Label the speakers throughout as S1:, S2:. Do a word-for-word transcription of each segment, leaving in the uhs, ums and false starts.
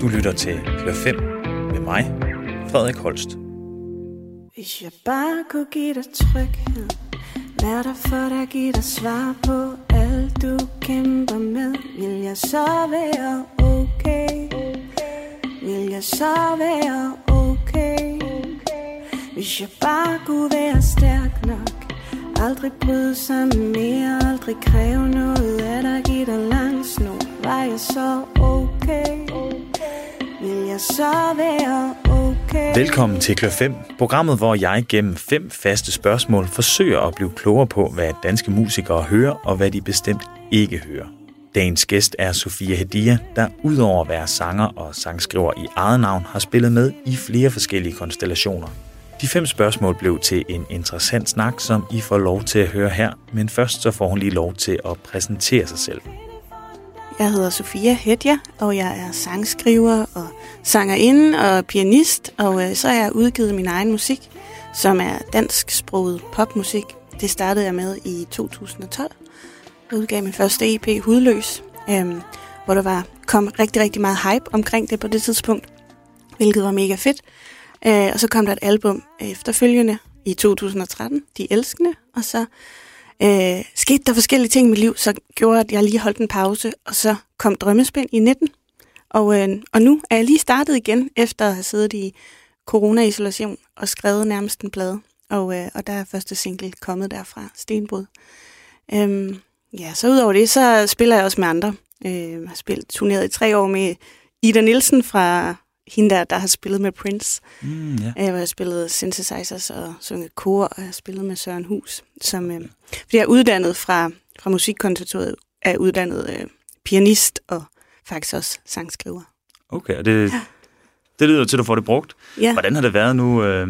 S1: Du lytter til Klør fem med mig, Frederik Holst.
S2: Hvis jeg bare kunne give dig tryghed, være der for dig, give dig svar på alt du kæmper med, vil jeg så være okay? Vil jeg så være okay? Hvis jeg bare kunne være stærk nok, aldrig bryde sammen mere, aldrig kræve noget af dig, give dig lang snor, var jeg så okay? Vil jeg så være okay?
S1: Velkommen til Klør fem, programmet, hvor jeg gennem fem faste spørgsmål forsøger at blive klogere på, hvad danske musikere hører, og hvad de bestemt ikke hører. Dagens gæst er Sofia Hedilla, der udover at være sanger og sangskriver i eget navn, har spillet med i flere forskellige konstellationer. De fem spørgsmål blev til en interessant snak, som I får lov til at høre her, men først så får hun lige lov til at præsentere sig selv.
S2: Jeg hedder Sofia Hedilla, og jeg er sangskriver og sangerinde og pianist, og øh, så har jeg udgivet min egen musik, som er dansksproget popmusik. Det startede jeg med i to tusind og tolv. Jeg udgav min første E P, Hudløs, øh, hvor der var, kom rigtig, rigtig meget hype omkring det på det tidspunkt, hvilket var mega fedt. Øh, og så kom der et album efterfølgende i to tusind og tretten, De Elskende, og så øh, skete der forskellige ting i mit liv, så gjorde, at jeg lige holdt en pause, og så kom Drømmespind i nitten. Og, øh, og nu er jeg lige startet igen, efter at have siddet i corona-isolation og skrevet nærmest en plade. Og, øh, og der er første single kommet derfra, Stenbrud. Øhm, ja, så udover det, så spiller jeg også med andre. Øh, jeg har spillet, turneret i tre år med Ida Nielsen fra hende der, der har spillet med Prince.
S1: Mm, ja.
S2: Jeg har spillet synthesizers og sunget kor, og jeg har spillet med Søren Hus. Som, øh, fordi jeg er uddannet fra, fra Musikkonservatoriet, er uddannet øh, pianist og faktisk også sangskriver.
S1: Okay, og det, ja. det lyder til, at du får det brugt.
S2: Ja.
S1: Hvordan har det været nu? Øh,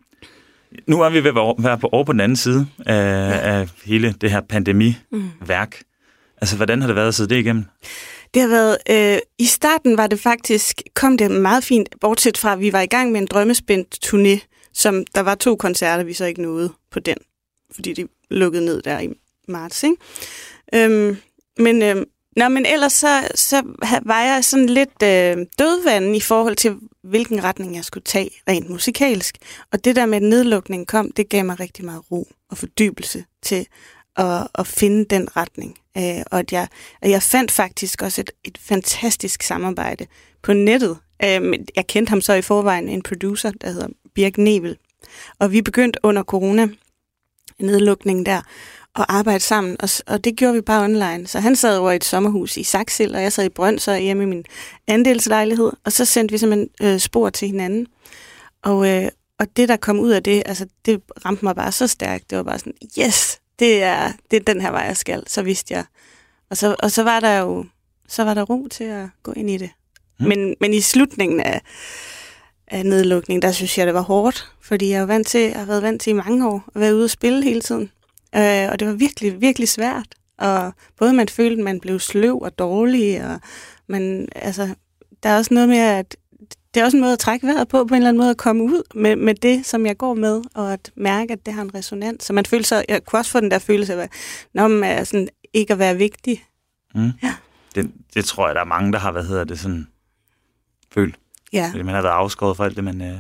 S1: nu er vi ved at være på over på den anden side af, ja. af hele det her pandemiværk. Mm. Altså, hvordan har det været at sidde det igennem?
S2: Det har været, øh, i starten var det faktisk, kom det meget fint, bortset fra, at vi var i gang med en drømmespændt-turné, som der var to koncerter, vi så ikke nåede på den, fordi det lukkede ned der i marts, ikke? Øhm, men, øh, nå, men ellers så, så var jeg sådan lidt øh, dødvanden i forhold til, hvilken retning jeg skulle tage rent musikalsk. Og det der med, at nedlukningen kom, det gav mig rigtig meget ro og fordybelse til at, at finde den retning. Øh, og at jeg, at jeg fandt faktisk også et, et fantastisk samarbejde på nettet. Øh, jeg kendte ham så i forvejen, en producer, der hedder Birk Nebel. Og vi begyndte under corona-nedlukningen der at arbejde sammen, og, og det gjorde vi bare online. Så han sad over i et sommerhus i Saxil, og jeg sad i Brønshøj hjemme i min andelslejlighed, og så sendte vi simpelthen øh, spor til hinanden. Og, øh, og det, der kom ud af det, altså det ramte mig bare så stærkt. Det var bare sådan, yes! Det er, det er den her vej, jeg skal. Så vidste jeg. Og så, og så var der jo så var der ro til at gå ind i det. Mm. Men, men i slutningen af, af nedlukningen, der synes jeg, det var hårdt. Fordi jeg, var vant til, jeg har været vant til i mange år at være ude og spille hele tiden. Øh, og det var virkelig, virkelig svært. Og både man følte, at man blev sløv og dårlig. Og man, altså, der er også noget med, at det er også en måde at trække vejret på, på en eller anden måde at komme ud med, med det, som jeg går med, og at mærke, at det har en resonans. Så man føler sig, jeg kunne også få den der følelse af, når man er sådan, ikke at være vigtig.
S1: Mm. Ja. Det, det tror jeg, der er mange, der har, hvad hedder det, sådan følt.
S2: Ja.
S1: Fordi man har været afskåret fra alt det, man, øh,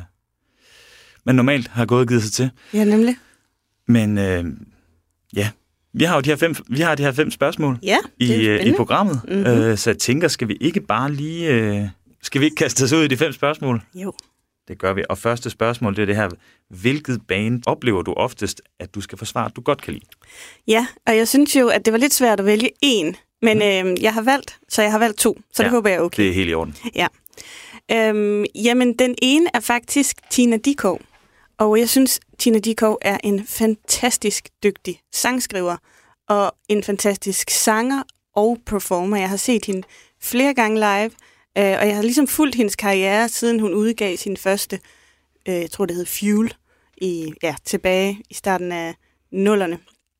S1: man normalt har gået og givet sig til.
S2: Ja, nemlig.
S1: Men øh, ja, vi har jo de her fem, vi har de her fem spørgsmål
S2: ja,
S1: i, øh, i programmet.
S2: Mm-hmm.
S1: Øh, så jeg tænker, skal vi ikke bare lige... Øh, Skal vi ikke kaste os ud i de fem spørgsmål?
S2: Jo.
S1: Det gør vi. Og første spørgsmål, det er det her. Hvilket band oplever du oftest, at du skal forsvare, at du godt kan lide?
S2: Ja, og jeg synes jo, at det var lidt svært at vælge én. Men mm. øh, jeg har valgt, så jeg har valgt to. Så ja, det håber jeg er okay.
S1: Det er helt i orden.
S2: Ja. Øhm, jamen, den ene er faktisk Tina Dickow. Og jeg synes, Tina Dickow er en fantastisk dygtig sangskriver. Og en fantastisk sanger og performer. Jeg har set hende flere gange live. Uh, og jeg har ligesom fulgt hendes karriere, siden hun udgav sin første, uh, jeg tror det hed Fuel, i, ja, tilbage i starten af nullerne.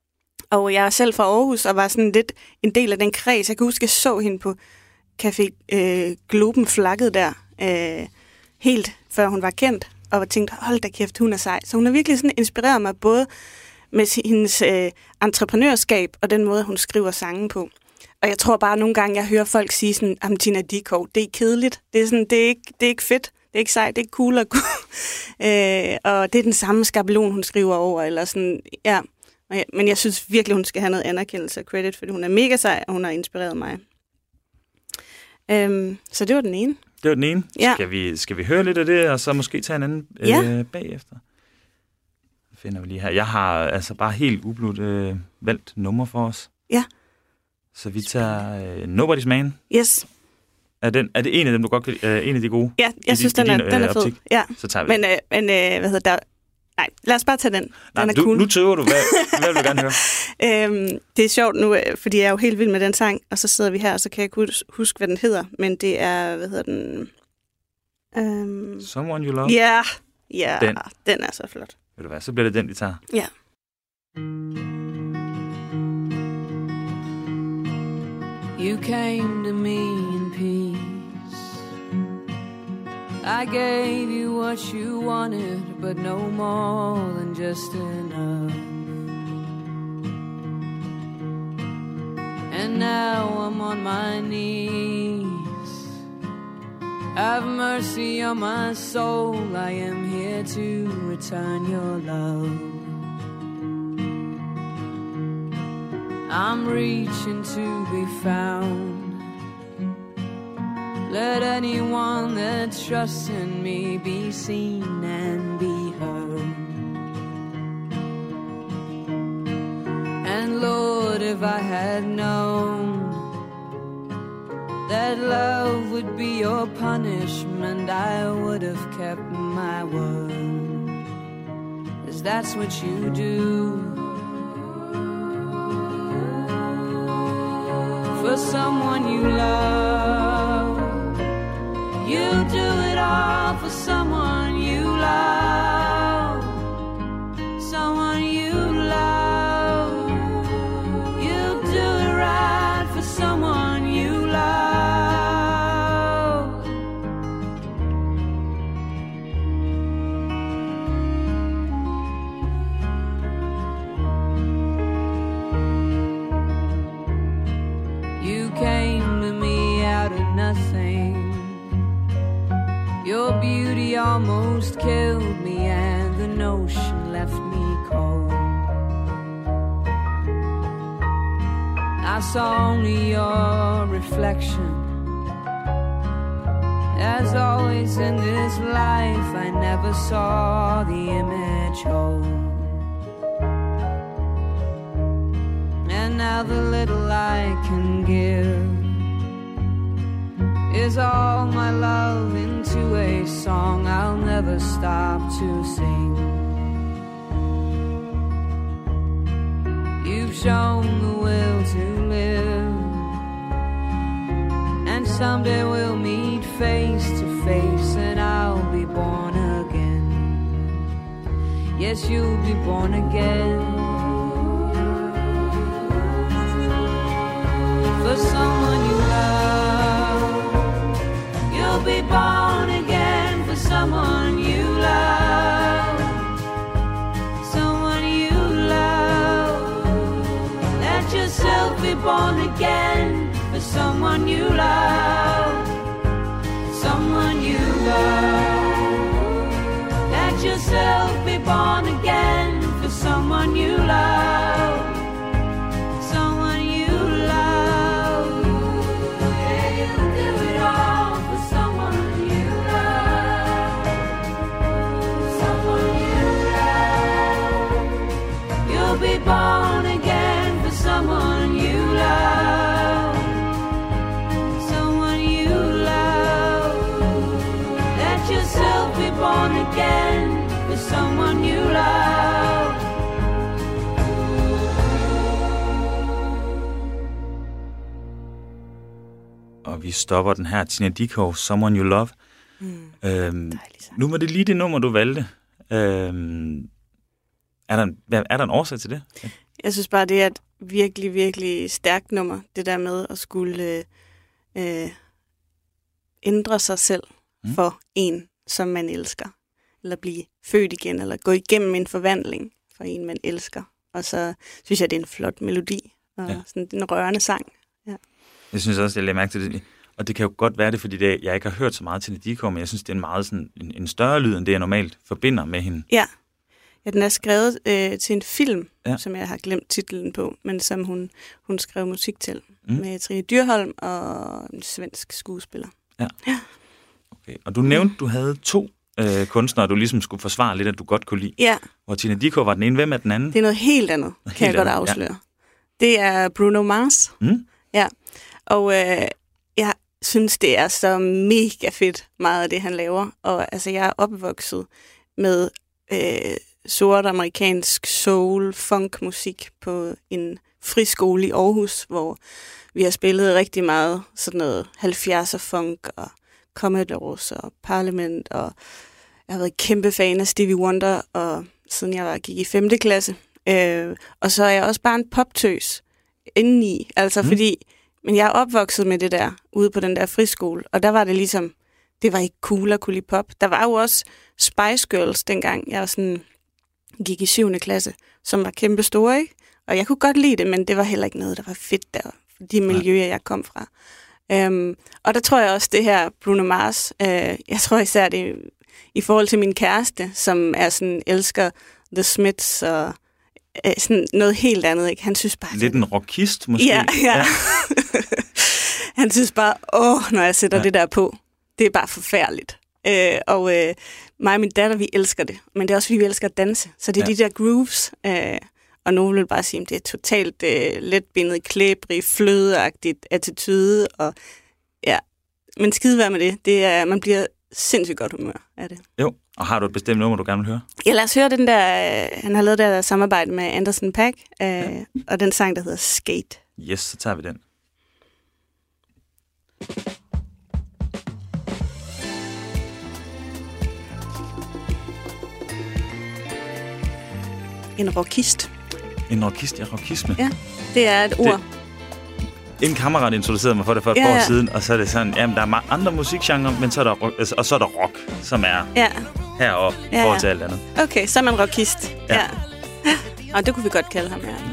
S2: Og jeg er selv fra Aarhus, og var sådan lidt en del af den kreds. Jeg kan huske, jeg så hende på Café uh, Globen flakket der, uh, helt før hun var kendt, og tænkte, hold da kæft, hun er sej. Så hun har virkelig sådan inspireret mig, både med hendes uh, entreprenørskab, og den måde, hun skriver sangen på. og jeg tror bare nogle gange, jeg hører folk sige sådan, at Tina Dickow, det er kedeligt. Det er, sådan, det er, ikke, det er ikke fedt. Det er ikke sejt. Det er ikke cool at gå. øh, og det er den samme skabelon, hun skriver over. Eller sådan, ja. Men jeg synes virkelig, hun skal have noget anerkendelse og credit, fordi hun er mega sej, og hun har inspireret mig. Øhm, så det var den ene.
S1: Det var den ene.
S2: Ja.
S1: Skal vi, skal vi høre lidt af det, og så måske tage en anden
S2: ja.
S1: øh, bagefter? Det finder vi lige her. Jeg har altså bare helt ubludt øh, valgt nummer for os.
S2: Ja.
S1: Så vi tager øh, Nobody's Man.
S2: Yes.
S1: Er, den, er det en af dem, du godt kan øh, en af de gode?
S2: Ja, jeg synes, din, den er, den er fed. Ja.
S1: Så tager vi
S2: men, øh, men øh, hvad hedder der? Nej, lad os bare tage den.
S1: Nej,
S2: den er
S1: du,
S2: cool.
S1: Nu tøver du. Hvad, hvad vil du gerne høre?
S2: øhm, det er sjovt nu, fordi jeg er jo helt vild med den sang, og så sidder vi her, og så kan jeg ikke huske, hvad den hedder. Men det er, hvad hedder den? Øhm,
S1: Someone You Love?
S2: Ja, ja
S1: den.
S2: den er så flot.
S1: Ved du hvad, så bliver det den, vi tager.
S2: Ja.
S3: You came to me in peace. I gave you what you wanted, but no more than just enough. And now I'm on my knees. Have mercy on my soul. I am here to return your love. I'm reaching to be found. Let anyone that trusts in me be seen and be heard. And Lord, if I had known that love would be your punishment, I would have kept my word. 'Cause that's what you do for someone you love. You do it all for someone you love. Someone you love. You do it right for someone you love. You came to me out of nothing. Your beauty almost killed me, and the notion left me cold. I saw only your reflection. As always in this life, I never saw the image whole. And now the little I can give is all my love into a song I'll never stop to sing. You've shown the will to live, and someday we'll meet face to face, and I'll be born again. Yes, you'll be born again. For someone you love, you'll be born again. For someone you love, someone you love. Let yourself be born again. For someone you love, someone you love. Let yourself be born again. For someone you love. Born again for someone you love, someone you love. Let yourself be born again for someone you love.
S1: Og vi stopper den her, Tina Dickow, Someone You Love. Mm. Øhm, nu var det lige det nummer, du valgte. Øhm, Er der, en, er der en årsag til det? Ja.
S2: Jeg synes bare, det er et virkelig, virkelig stærkt nummer. Det der med at skulle øh, ændre sig selv mm. for en, som man elsker. Eller blive født igen, eller gå igennem en forvandling for en, man elsker. Og så synes jeg, det er en flot melodi, og ja. Sådan en rørende sang. Ja.
S1: Jeg synes også, jeg lægger mærke til det. Og det kan jo godt være det, fordi det, jeg ikke har hørt så meget til Dicko, men jeg synes, det er en meget sådan, en, en større lyd, end det jeg normalt forbinder med hende.
S2: Ja, ja den er skrevet øh, til en film,
S1: ja. som
S2: jeg har glemt titlen på, men som hun, hun skrev musik til, mm. med Trine Dyrholm og en svensk skuespiller.
S1: Ja. ja. Okay. Og du nævnte, du havde to øh, kunstnere, du ligesom skulle forsvare lidt, at du godt kunne lide.
S2: Ja.
S1: Hvor Tina Dicko var den ene. Hvem er den anden?
S2: Det er noget helt andet, kan helt jeg godt afsløre. Ja. Det er Bruno Mars.
S1: Mm.
S2: Ja. Og øh, jeg synes, det er så mega fedt, meget af det, han laver. Og altså, jeg er opvokset med øh, sort amerikansk soul, funk musik på en friskole i Aarhus, hvor vi har spillet rigtig meget sådan noget halvfjerdser funk og Commodores og Parliament, og jeg har været kæmpe fan af Stevie Wonder, og siden jeg var, gik i femte klasse. Øh, og så er jeg også bare en poptøs indeni, altså mm. fordi, men jeg er opvokset med det der, ude på den der friskole, og der var det ligesom, det var ikke cool at kunne lide pop. Der var jo også Spice Girls dengang, jeg var sådan, gik i syvende klasse, som var kæmpe store, ikke? Og jeg kunne godt lide det, men det var heller ikke noget, der var fedt der, de miljøer, jeg kom fra. Um, og der tror jeg også, det her Bruno Mars, uh, jeg tror især det i forhold til min kæreste, som er sådan, elsker The Smiths og uh, sådan noget helt andet, ikke? Han synes bare...
S1: Lidt en rockist, måske?
S2: Ja, ja. ja. Han synes bare, åh, når jeg sætter ja. det der på, det er bare forfærdeligt. Uh, og uh, mig og min datter, vi elsker det, men det er også, fordi vi elsker at danse. Så det er ja. de der grooves... Uh, Og nogen vil bare sige, at det er totalt øh, letbindet, klæbrig, flødeagtigt attitude. Og, ja. Men skide være med det. det er, man bliver sindssygt godt humør af det.
S1: Jo, og har du et bestemt nummer, du gerne vil høre?
S2: Ja, lad os høre den der, øh, han har lavet der samarbejde med Anderson .Paak, øh, ja. og den sang, der hedder Skate.
S1: Yes, så tager vi den.
S2: En rockist.
S1: En rockist, ja, rockisme.
S2: Ja, det er et ord.
S1: Det, en kammerat introducerede mig for det for et
S2: ja,
S1: par år
S2: ja.
S1: siden, og så er det sådan, jamen der er andre musikgenre, men så er der rock, altså, og så er der rock, som er
S2: ja.
S1: heroppe i
S2: ja,
S1: forhold til
S2: ja.
S1: alt andet.
S2: Okay, så er man rockist.
S1: Ja.
S2: ja. Og det kunne vi godt kalde ham, ja.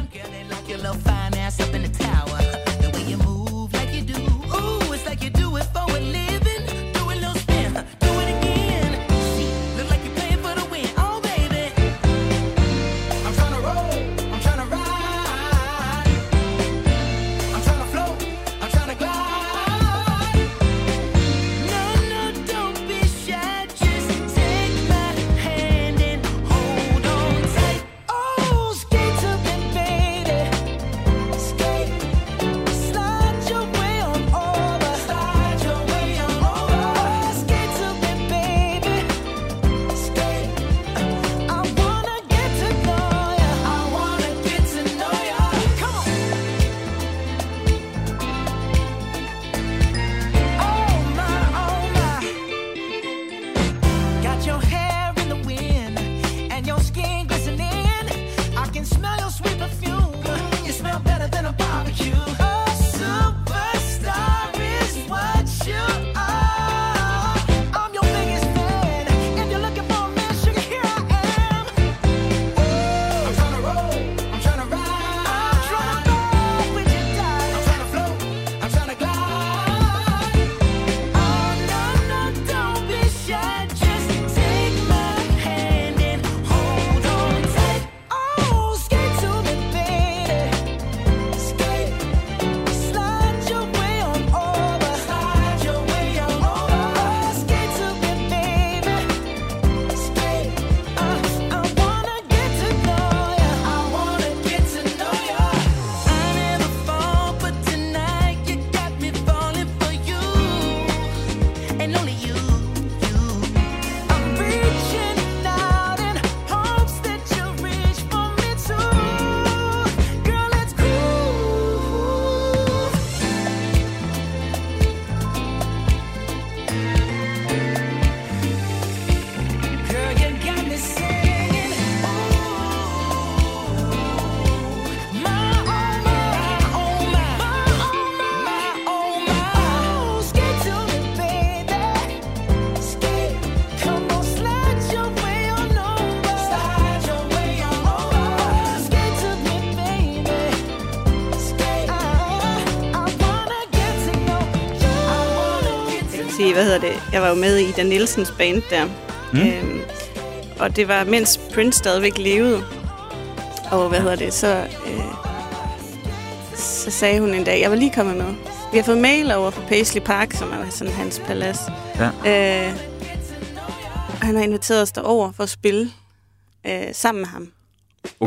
S2: fordi, hvad hedder det, jeg var jo med i Ida Nielsens band der. Mm. Øhm, og det var, mens Prince stadigvæk levede. Og hvad hedder det, så, øh, så sagde hun en dag, jeg var lige kommet med. Vi har fået mail over fra Paisley Park, som er sådan hans palads. Ja. Øh, og han har inviteret os derover for at spille øh, sammen med ham.
S1: Oh.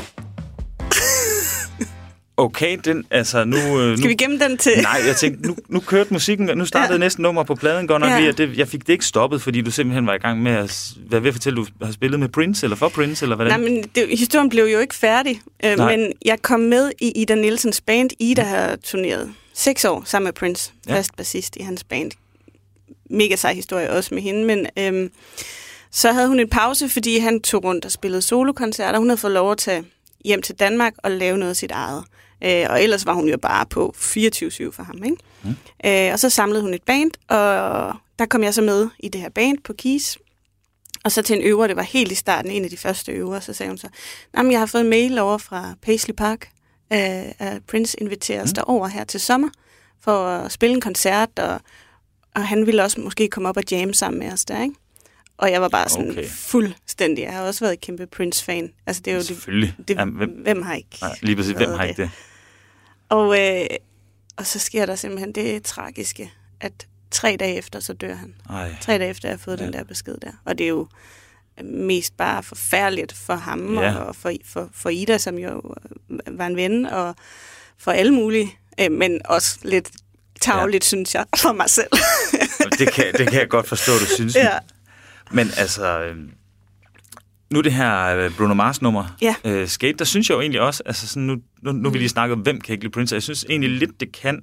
S1: Okay, den, altså nu... Øh,
S2: Skal
S1: nu,
S2: vi gemme den til?
S1: Nej, jeg tænkte, nu, nu kørte musikken, nu startede ja. næsten nummer på pladen, godt nok. Ja. Det, jeg fik det ikke stoppet, fordi du simpelthen var i gang med at være ved at fortælle, du har spillet med Prince, eller for Prince, eller hvad
S2: Nej, men det, historien blev jo ikke færdig. Øh, men jeg kom med i Ida Nielsens band. Ida har turneret seks år sammen med Prince, ja. fast bassist i hans band. Mega sej historie også med hende, men... Øh, så havde hun en pause, fordi han tog rundt og spillede solokoncerter. Hun havde fået lov at tage hjem til Danmark og lave noget af sit eget. Øh, og ellers var hun jo bare på fireogtyve syv for ham, ikke? Mm. Øh, og så samlede hun et band, og der kom jeg så med i det her band på Keys. Og så til en øver, det var helt i starten, en af de første øver, så sagde hun så, jamen, jeg har fået en mail over fra Paisley Park, øh, at Prince inviterer os mm. derover her til sommer, for at spille en koncert, og, og han ville også måske komme op og jamme sammen med os der, ikke? Og jeg var bare sådan okay. fuldstændig. Jeg har også været kæmpe Prince-fan. Altså, det er jo
S1: selvfølgelig.
S2: Det, det, Jamen, hvem, hvem har ikke?
S1: Nej, lige præcis, hvem har ikke det?
S2: Og, øh, og så sker der simpelthen det tragiske, at tre dage efter, så dør han. Ej. Tre dage efter, jeg har fået ja. den der besked der. Og det er jo mest bare forfærdeligt for ham, ja. og for, for, for Ida, som jo var en ven, og for alle mulige. Øh, men også lidt tarveligt, ja. synes jeg, for mig selv.
S1: det, kan, det kan jeg godt forstå, du synes. Ja. Men altså, nu det her Bruno Mars-nummer, ja. øh, Skate, der synes jeg jo egentlig også, altså sådan, nu, nu, nu vil vi lige snakke om, hvem kan ikke lide Prince, jeg synes egentlig lidt, det kan,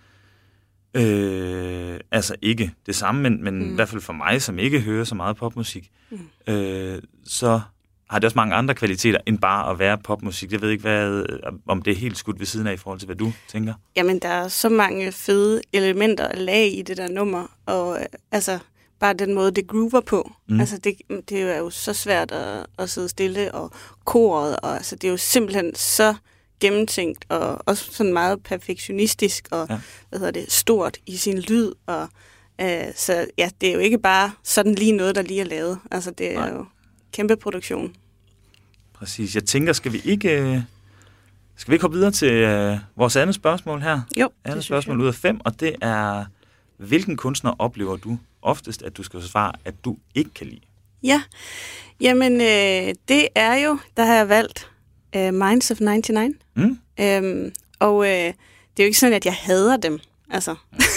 S1: øh, altså ikke det samme, men, men mm. i hvert fald for mig, som ikke hører så meget popmusik, mm. øh, så har det også mange andre kvaliteter, end bare at være popmusik. Jeg ved ikke, hvad, om det er helt skudt ved siden af i forhold til, hvad du tænker.
S2: Jamen, der er så mange fede elementer og lag i det der nummer, og øh, altså... bare den måde, det groover på. Mm. Altså, det, det er jo så svært at, at sidde stille, og koret, og altså, det er jo simpelthen så gennemtænkt, og også sådan meget perfektionistisk, og ja. hvad hedder det, stort i sin lyd, og øh, så ja, det er jo ikke bare sådan lige noget, der lige er lavet. Altså, det er Nej. jo kæmpe produktion.
S1: Præcis. Jeg tænker, skal vi ikke... Skal vi ikke hoppe videre til uh, vores andet spørgsmål her?
S2: Jo,
S1: andet spørgsmål ud af fem, og det er, hvilken kunstner oplever du oftest, at du skal svare, at du ikke kan lide?
S2: Ja, jamen øh, det er jo, der har jeg valgt øh, Minds of nioghalvfems. Mm. Øhm, og øh, det er jo ikke sådan, at jeg hader dem. Altså.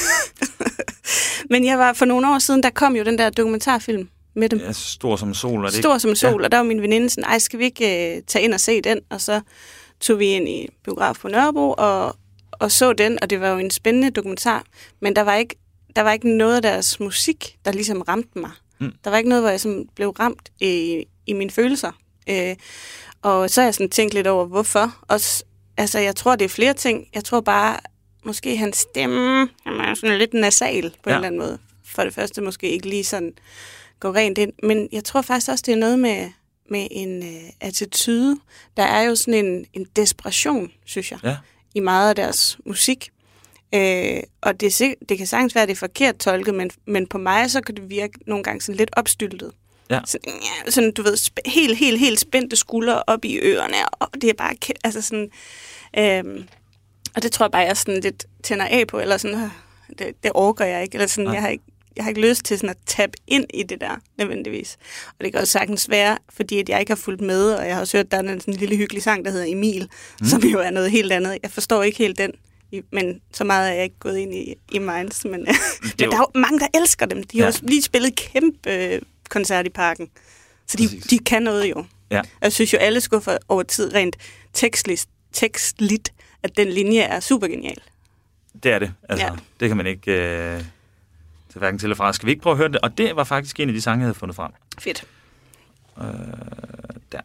S2: Men jeg var for nogle år siden, der kom jo den der dokumentarfilm med dem.
S1: Ja, Stor som sol. Er det
S2: Stor
S1: ikke?
S2: som sol,
S1: ja.
S2: og der var min veninde sådan, ej, skal vi ikke øh, tage ind og se den? Og så tog vi ind i biograf på Nørrebro og, og så den, og det var jo en spændende dokumentar, men der var ikke Der var ikke noget af deres musik, der ligesom ramte mig. Mm. Der var ikke noget, hvor jeg sådan blev ramt i, i mine følelser. Øh, og så har jeg sådan tænkt lidt over, hvorfor. Også, altså, jeg tror, det er flere ting. Jeg tror bare, måske hans stemme er sådan lidt nasal på ja. en eller anden måde. For det første måske ikke lige sådan gå rent ind. Men jeg tror faktisk også, det er noget med, med en uh, attitude. Der er jo sådan en, en desperation, synes jeg, ja. i meget af deres musik. Øh, og det, det kan sagtens være, at det er forkert tolket, men, men på mig, så kan det virke nogle gange sådan lidt opstyltet. Ja. Sådan, ja, sådan, du ved, sp- helt, helt, helt spændte skuldre op i ørerne, og det er bare, altså sådan, øh, og det tror jeg bare, jeg sådan lidt tænder af på, eller sådan, øh, det, det orker jeg ikke, eller sådan, jeg har ikke, jeg har ikke lyst til sådan at tabe ind i det der, nødvendigvis. Og det kan også sagtens være, fordi at jeg ikke har fulgt med, og jeg har også hørt, der er en sådan en lille hyggelig sang, der hedder Emil, mm. som jo er noget helt andet. Jeg forstår ikke helt den. Men så meget er jeg ikke gået ind i, i Minds. Men, men der er jo mange, der elsker dem. De har ja. også lige spillet kæmpe øh, koncert i Parken. Så de, de kan noget jo. Ja. Jeg synes jo, alle skuffer over tid rent tekstligt, tekstligt, at den linje er super genial.
S1: Det er det. Altså, ja. Det kan man ikke øh, tage hverken til eller fra. Skal vi ikke prøve at høre det? Og det var faktisk en af de sange, jeg havde fundet frem.
S2: Fedt.
S1: Øh, der.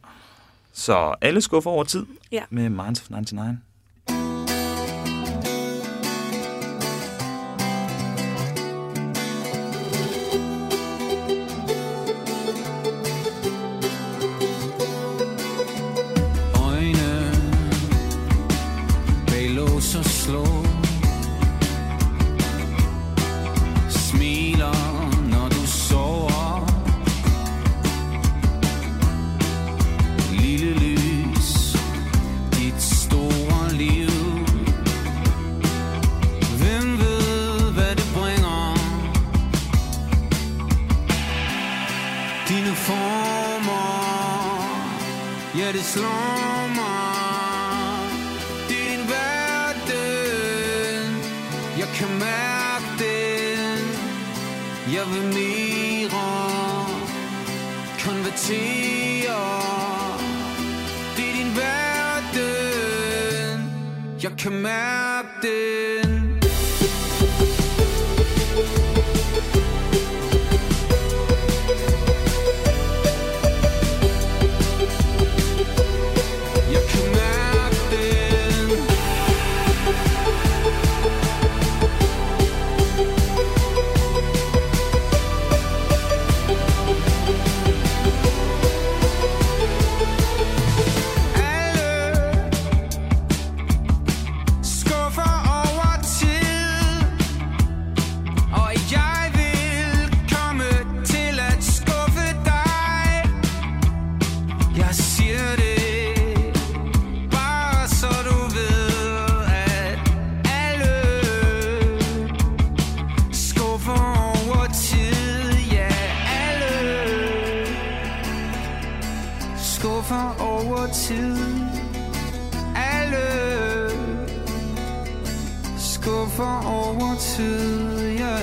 S1: Så alle skuffer over tid
S2: ja.
S1: med Minds of nioghalvfems.
S4: Så slå smiler mærke den. Jeg vil mere konvertere. Det er din verden. Jeg kan mærke den. Skuffer over tid, ja.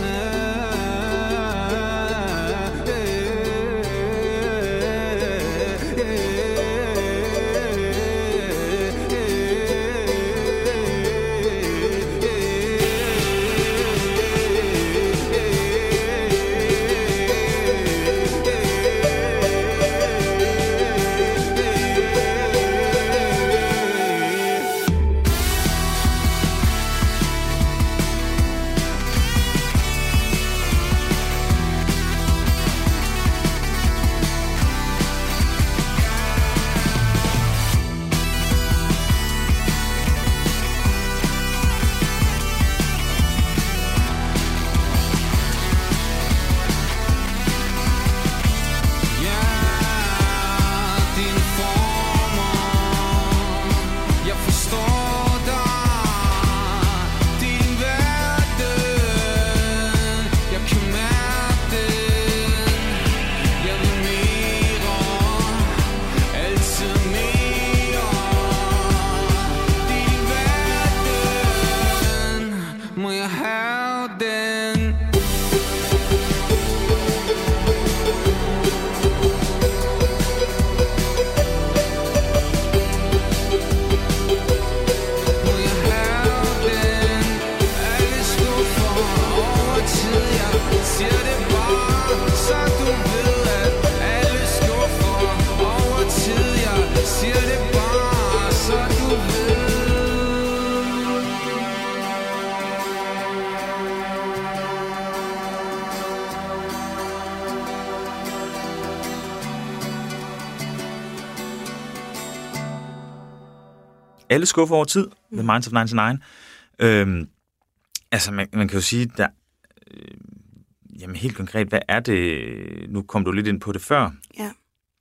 S1: Alle skuffer over tid med Minds of nioghalvfems. Øhm, altså, man, man kan jo sige, der, øh, jamen helt konkret, hvad er det, nu kom du lidt ind på det før,
S2: ja.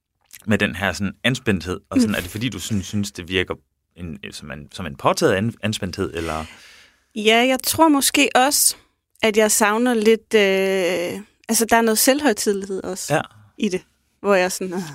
S1: Med den her sådan anspændthed, og sådan, mm. er det fordi, du sådan, synes, det virker en, som, en, som en påtaget an, anspændthed, eller? Ja,
S2: jeg tror måske også, at jeg savner lidt, øh, altså der er noget selvhøjtidelighed også
S1: ja.
S2: I det, hvor jeg sådan, øh,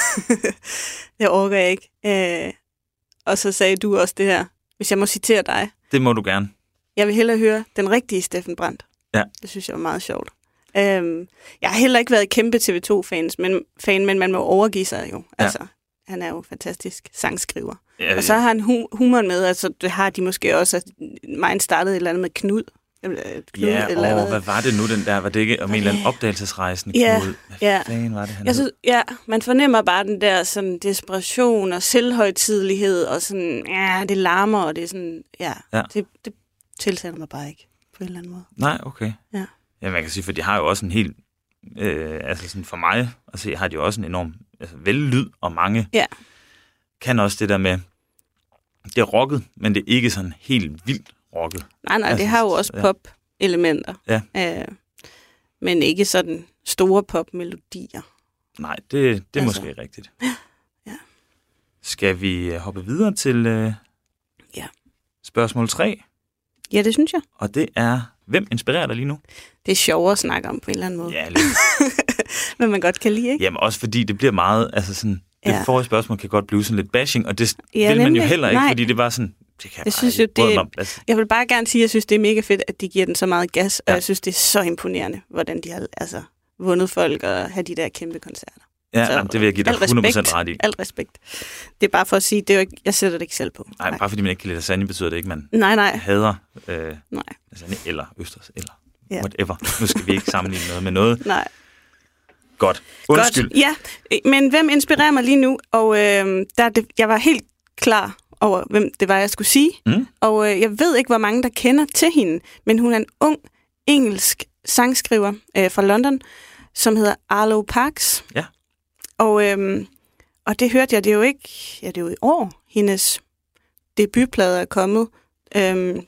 S2: det orker jeg ikke. Øh, Og så sagde du også det her, hvis jeg må citere dig.
S1: Det må du gerne.
S2: Jeg vil hellere høre den rigtige Steffen Brandt.
S1: Ja.
S2: Det synes jeg var meget sjovt. Øhm, jeg har heller ikke været kæmpe T V to-fans, men, fan, men man må overgive sig jo. Ja. Altså, han er jo fantastisk sangskriver. Ja, og så har han hu- humoren med, altså det har de måske også, at mig startede et eller andet med Knud. Knud
S1: ja,
S2: eller
S1: åh, hvad var det nu, den der? Var det ikke om en eller anden opdagelsesrejsende Knud?
S2: Ja,
S1: hvad
S2: ja.
S1: fanden var det, han
S2: jeg synes, ja, man fornemmer bare den der sådan desperation og selvhøjtidelighed, og sådan, ja, det larmer, og det er sådan, ja, ja. Det, det tiltaler mig bare ikke, på en eller anden måde.
S1: Nej, okay.
S2: Ja.
S1: Ja, man kan sige, for de har jo også en helt, øh, altså sådan for mig, altså har de jo også en enorm altså, vellyd, og mange
S2: ja.
S1: Kan også det der med, det er rocket, men det er ikke sådan helt vildt rocket.
S2: Nej, nej, altså, det har jo også ja. Pop-elementer.
S1: Ja.
S2: Øh, men ikke sådan store pop-melodier.
S1: Nej, det, det er altså. Måske rigtigt.
S2: Ja. Ja.
S1: Skal vi hoppe videre til øh,
S2: ja.
S1: Spørgsmål tre?
S2: Ja, det synes jeg.
S1: Og det er, hvem inspirerer dig lige nu?
S2: Det er sjovere at snakke om på en eller anden måde.
S1: Ja, lidt.
S2: Men man godt kan lide, ikke?
S1: Jamen også fordi det bliver meget, altså sådan, det ja. Forrige spørgsmål kan godt blive sådan lidt bashing, og det
S2: ja,
S1: vil man jo
S2: nemlig.
S1: heller ikke,
S2: Nej.
S1: Fordi det var sådan, det kan jeg,
S2: jeg synes jo, det,
S1: mig, altså.
S2: jeg vil bare gerne sige, at jeg synes, det er mega fedt, at de giver den så meget gas,
S1: Ja.
S2: og jeg synes, det er så imponerende, hvordan de har altså, vundet folk og have de der kæmpe koncerter.
S1: Ja,
S2: så,
S1: jamen, det vil jeg give dig hundrede procent ret i.
S2: Alt respekt. Det er bare for at sige, det er jo ikke, jeg sætter det ikke selv på.
S1: Nej, nej, bare fordi man ikke kan lide lasagne, betyder det ikke, man
S2: nej, nej.
S1: hader øh,
S2: nej.
S1: lasagne eller østers eller
S2: ja.
S1: whatever. Nu skal vi ikke sammenligne noget med noget.
S2: Nej.
S1: Godt. Undskyld.
S2: Godt. Ja, men hvem inspirerer mig lige nu? Og øh, der, det, jeg var helt klar over, hvem det var, jeg skulle sige.
S1: Mm.
S2: Og øh, jeg ved ikke, hvor mange, der kender til hende, men hun er en ung engelsk sangskriver øh, fra London, som hedder Arlo Parks.
S1: Ja.
S2: Og, øhm, og det hørte jeg, det er jo ikke, ja, det er jo i år, hendes debutplade er kommet. Øhm,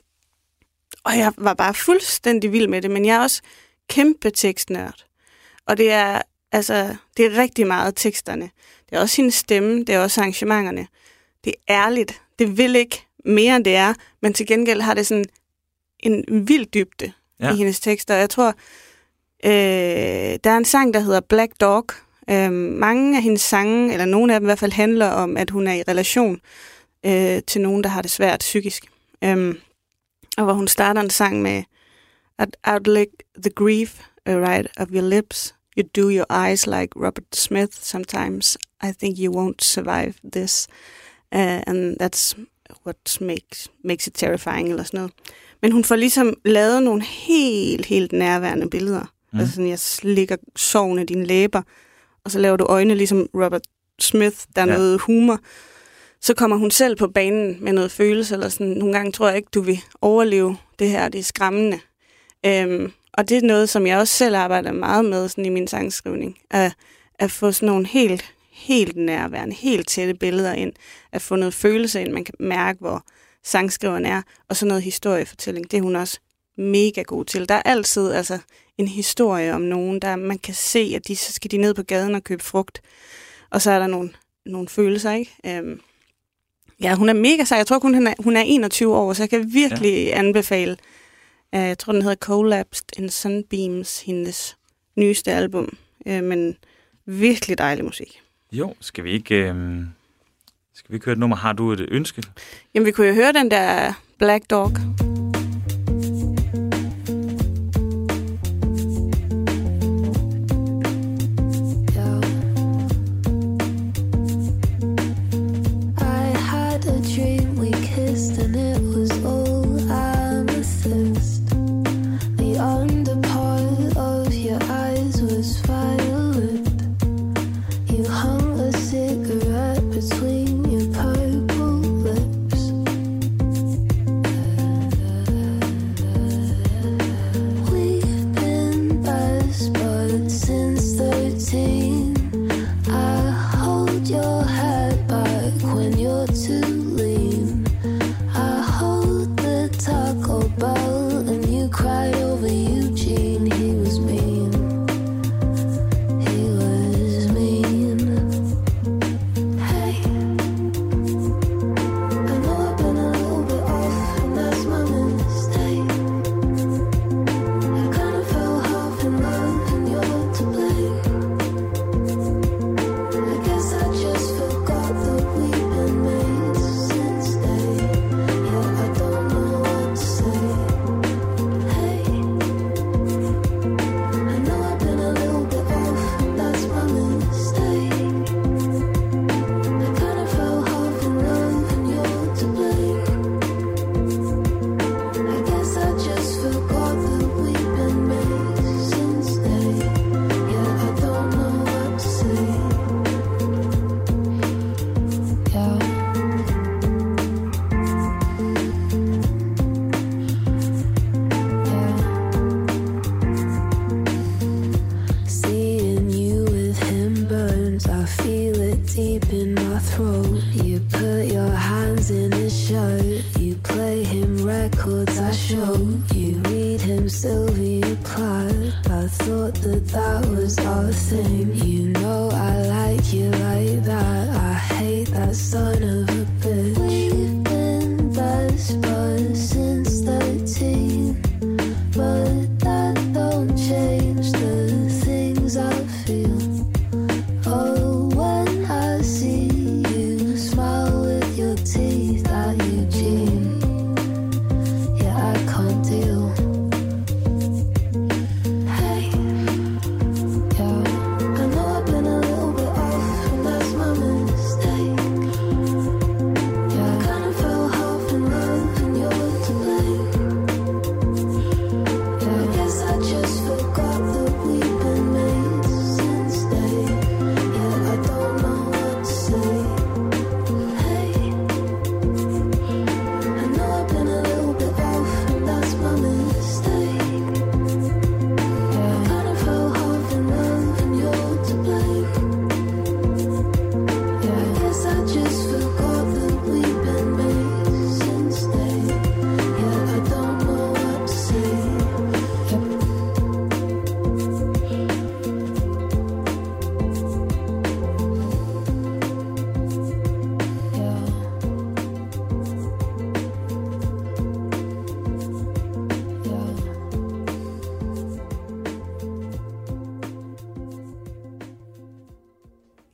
S2: og jeg var bare fuldstændig vild med det, men jeg er også kæmpe tekstnørd. Og det er, altså, det er rigtig meget teksterne. Det er også hendes stemme, det er også arrangementerne. Det er ærligt. Det vil ikke mere, end det er, men til gengæld har det sådan en vild dybde ja. i hendes tekster. Jeg tror, øh, der er en sang, der hedder Black Dog. Øh, mange af hendes sange, eller nogle af dem i hvert fald, handler om, at hun er i relation øh, til nogen, der har det svært psykisk. Øh, og hvor hun starter en sang med at outlick the grief right of your lips. You do your eyes like Robert Smith sometimes. I think you won't survive this. Uh, and that's what makes, makes it terrifying, eller sådan noget. Men hun får ligesom lavet nogle helt, helt nærværende billeder. Mm. Altså sådan, jeg slikker sorgen af dine læber, og så laver du øjne ligesom Robert Smith, der er ja. noget humor. Så kommer hun selv på banen med noget følelse, eller sådan, nogle gange tror jeg ikke, du vil overleve det her, det er skræmmende. Um, og det er noget, som jeg også selv arbejder meget med sådan i min sangskrivning, at, at få sådan nogle helt, helt nærværende, helt tætte billeder ind, at få noget følelse ind, man kan mærke, hvor sangskriveren er, og så noget historiefortælling, det er hun også mega god til. Der er altid altså en historie om nogen, der man kan se, at de, så skal de ned på gaden og købe frugt, og så er der nogle, nogle følelser, ikke? Um, ja, hun er mega sej. Jeg tror kun, hun er, hun er enogtyve år, så jeg kan virkelig ja. anbefale. Uh, jeg tror, den hedder Collapsed in Sunbeams, hendes nyeste album. Uh, men virkelig dejlig musik.
S1: Jo, skal vi ikke, øh, skal vi ikke høre et nummer? Har du et ønske?
S2: Jamen, vi kunne jo høre den der Black Dog.
S5: Teeth that you dream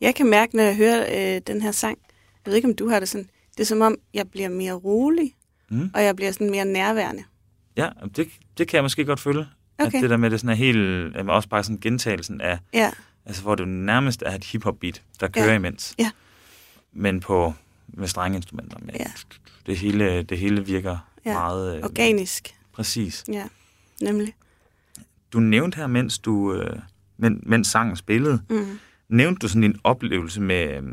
S2: Jeg kan mærke, når jeg hører øh, den her sang, jeg ved ikke, om du har det sådan, det er som om, jeg bliver mere rolig, mm. og jeg bliver sådan mere nærværende.
S1: Ja, det, det kan jeg måske godt føle.
S2: Okay.
S1: At det der med det sådan er helt, også bare sådan gentagelsen af,
S2: ja.
S1: altså hvor det nærmest er et hip-hop beat, der kører ja. imens.
S2: Ja.
S1: Men på med strengeinstrumenter. Med
S2: ja.
S1: det, hele, det hele virker ja. meget... Øh,
S2: organisk.
S1: Præcis.
S2: Ja, nemlig.
S1: Du nævnte her, mens, du, øh, men, mens sangen spillede, mm. nævnte du sådan en oplevelse med,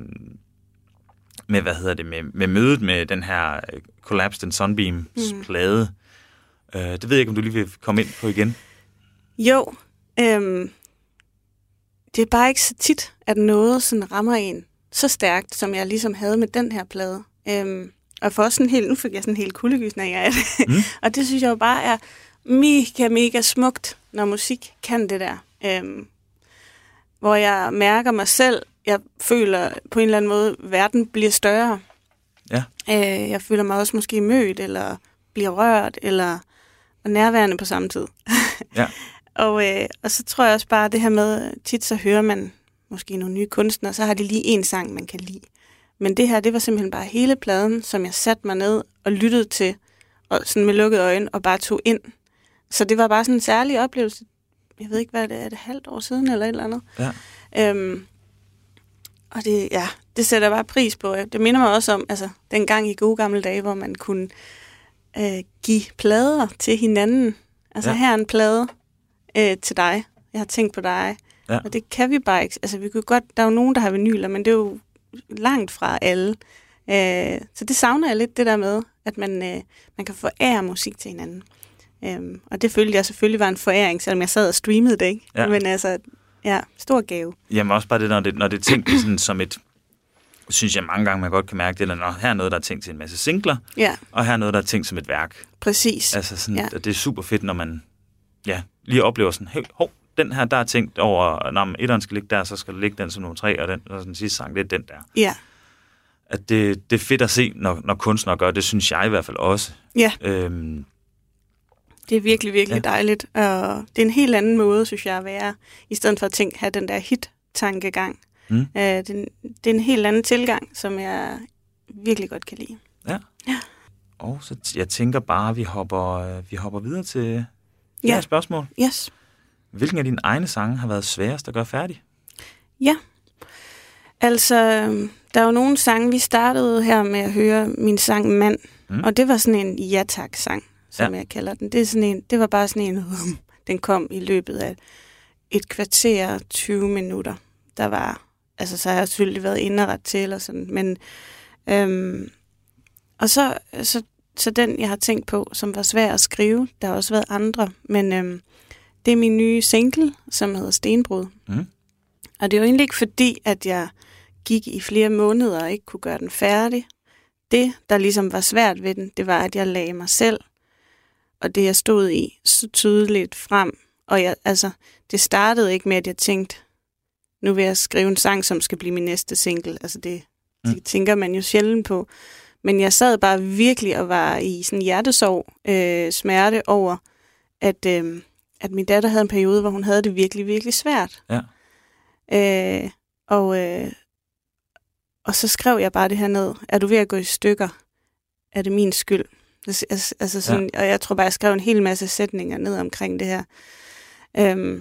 S1: med hvad hedder det, med, med mødet med den her Collapsed and Sunbeams mm. plade. Øh, det ved jeg ikke, om du lige vil komme ind på igen.
S2: Jo, øhm, det er bare ikke så tit, at noget sådan rammer en så stærkt, som jeg ligesom havde med den her plade. Øhm, og for sådan helt, nu fik jeg sådan en helt kuldegysning af det. Mm. Og det synes jeg jo bare er mega, mega smukt, når musik kan det der. Øhm, hvor jeg mærker mig selv, jeg føler på en eller anden måde, at verden bliver større.
S1: Ja.
S2: Øh, jeg føler mig også måske mødt, eller bliver rørt, eller nærværende på samme tid.
S1: Ja.
S2: og, øh, og så tror jeg også bare, det her med, tit så hører man måske nogle nye kunstnere, så har de lige en sang, man kan lide. Men det her, det var simpelthen bare hele pladen, som jeg satte mig ned og lyttede til, og sådan med lukkede øjne, og bare tog ind. Så det var bare sådan en særlig oplevelse. Jeg ved ikke, hvad det er, det er et halvt år siden, eller et eller andet.
S1: Ja.
S2: Øhm, og det, ja, det sætter jeg bare pris på. Det minder mig også om, altså, den gang i gode gamle dage, hvor man kunne øh, give plader til hinanden. Altså, ja. Her er en plade øh, til dig. Jeg har tænkt på dig. Ja. Og det kan vi bare ikke. Altså, vi kunne godt, der er jo nogen, der har vinyler, men det er jo langt fra alle. Øh, så det savner jeg lidt, det der med, at man, øh, man kan forære musik til hinanden. Øh, og det følte jeg selvfølgelig var en foræring, selvom jeg sad og streamede det, ikke? Ja. Men altså, ja, stor gave.
S1: Jamen også bare det, når det, når det er tænkt sådan som et, synes jeg mange gange, man godt kan mærke det, når her er noget, der er tænkt til en masse singler,
S2: ja.
S1: Og her er noget, der er tænkt som et værk.
S2: Præcis.
S1: Altså sådan,
S2: ja.
S1: Det er super fedt, når man ja, lige oplever sådan, hey, hov, den her, der er tænkt over, når etteren skal ligge der, så skal der ligge den som nummer tre, og den, og den sidste sang, det er den der.
S2: Ja.
S1: At det, det er fedt at se, når, når kunstnere gør det, synes jeg i hvert fald også.
S2: Ja.
S1: Øhm,
S2: det er virkelig, virkelig ja. dejligt. Og det er en helt anden måde, synes jeg, at være, i stedet for at tænke, have den der hit-tankegang. Mm. Øh, det, er en, det er en helt anden tilgang, som jeg virkelig godt kan lide.
S1: Ja.
S2: Ja.
S1: Og så t- jeg tænker bare, at vi hopper, vi hopper videre til det
S2: ja.
S1: her spørgsmål.
S2: Yes.
S1: Hvilken af dine egne sange har været sværest at gøre færdig?
S2: Ja, altså, der er jo nogle sange, vi startede her med at høre min sang Mand, mm. og det var sådan en ja-tak-sang, som ja. jeg kalder den. Det, er sådan en, det var bare sådan en, den kom i løbet af et kvarter, tyve minutter. Der var, altså så har jeg selvfølgelig været indret til, og sådan, men, øhm, og så, så, så den, jeg har tænkt på, som var svær at skrive, der har også været andre, men øhm, det er min nye single, som hedder Stenbrud. Mm. Og det er jo egentlig ikke fordi, at jeg gik i flere måneder og ikke kunne gøre den færdig. Det, der ligesom var svært ved den, det var, at jeg lagde mig selv, og det, jeg stod i, så tydeligt frem. Og jeg, altså, det startede ikke med, at jeg tænkte, nu vil jeg skrive en sang, som skal blive min næste single. Altså, det, mm. det tænker man jo sjældent på. Men jeg sad bare virkelig og var i sådan hjertesorg, øh, smerte over, at... Øh, at min datter havde en periode, hvor hun havde det virkelig, virkelig svært.
S1: Ja.
S2: Øh, og, øh, og så skrev jeg bare det her ned. Er du ved at gå i stykker? Er det min skyld? Altså, altså sådan, ja. Og jeg tror bare, jeg skrev en hel masse sætninger ned omkring det her. Øhm,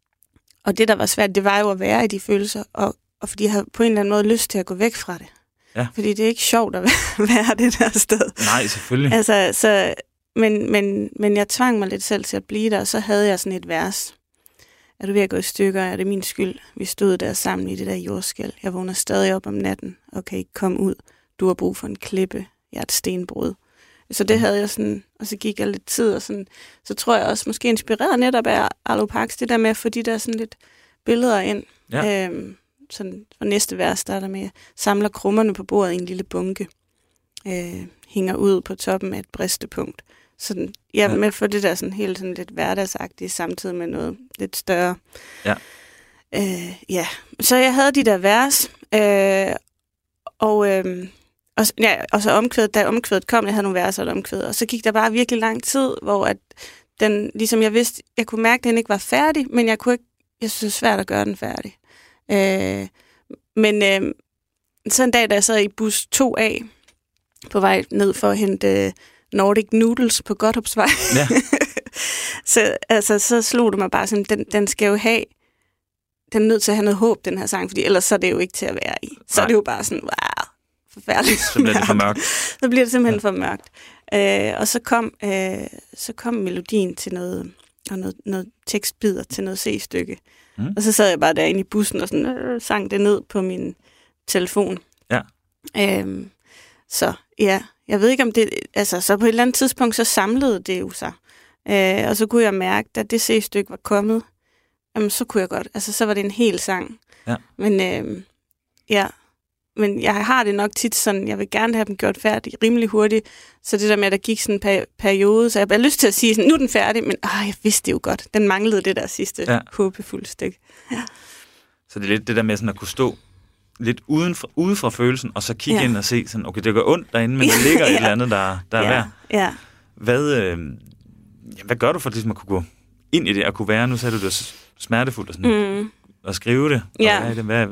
S2: og det, der var svært, det var jo at være i de følelser, og, og fordi jeg havde på en eller anden måde lyst til at gå væk fra det.
S1: Ja.
S2: Fordi det er ikke sjovt at være det der sted.
S1: Nej, selvfølgelig.
S2: Altså, så... Men, men, men jeg tvang mig lidt selv til at blive der, og så havde jeg sådan et vers. Er du ved at gå i stykker? Er det min skyld? Vi stod der sammen i det der jordskæld. Jeg vågner stadig op om natten. Okay, kom ud. Du har brug for en klippe. Jeg er et stenbrud. Så det havde jeg sådan, og så gik jeg lidt tid, og sådan, så tror jeg også måske inspireret netop af Arlo Parks, det der med at få de der sådan lidt billeder ind. Ja. Øhm, sådan for næste vers, der er der med, samler krummerne på bordet i en lille bunke. Øh, hænger ud på toppen af et bristepunkt. Sådan, ja, ja. Men for det der sådan helt sådan lidt hverdagsagtigt, samtidig med noget lidt større.
S1: Ja.
S2: Øh, ja. Så jeg havde de der vers, øh, og, øh, og, ja, og så omkvædet, da omkvædet kom, jeg havde nogle vers og et omkvæd, og så gik der bare virkelig lang tid, hvor at den, ligesom jeg vidste, jeg kunne mærke, at den ikke var færdig, men jeg kunne ikke, jeg synes, det var svært at gøre den færdig. Øh, men øh, så en dag, da jeg sad i bus to A, på vej ned for at hente Nordic Noodles på Godthåbsvej, ja. så, altså, så slog det mig bare sådan, den, den skal jo have, den er nødt til at have noget håb, den her sang, fordi ellers så er det jo ikke til at være i. Så Nej. er det jo bare sådan, wow, forfærdeligt.
S1: Så bliver det for mørkt.
S2: Så bliver det simpelthen ja. for mørkt. Øh, og så kom, øh, så kom melodien til noget, og noget, noget tekstbider til noget C-stykke. Mm. Og så sad jeg bare derinde i bussen og sådan, øh, sang det ned på min telefon.
S1: Ja.
S2: Øh, så ja, jeg ved ikke om det, altså så på et eller andet tidspunkt, så samlede det jo sig. Øh, og så kunne jeg mærke, at det C-stykke var kommet, jamen så kunne jeg godt, altså så var det en hel sang.
S1: Ja.
S2: Men øh, ja, men jeg har det nok tit sådan, jeg vil gerne have dem gjort færdig rimelig hurtigt, så det der med, at der gik sådan en per- periode, så jeg har lyst til at sige sådan, nu er den færdig, men åh, jeg vidste det jo godt, den manglede det der sidste ja. håbefulde stykke. Ja.
S1: Så det er lidt det der med sådan at kunne stå lidt uden for, ude fra følelsen, og så kigge ja. ind og se sådan, okay, det gør ondt derinde, men der ligger ja. et eller andet, der, der
S2: ja.
S1: er værd.
S2: Ja.
S1: Hvad, øh, ja, hvad gør du for ligesom at kunne gå ind i det, og kunne være, nu sagde du det smertefuldt, og sådan, mm. at skrive det, og
S2: ja.
S1: hvad er det, hvad...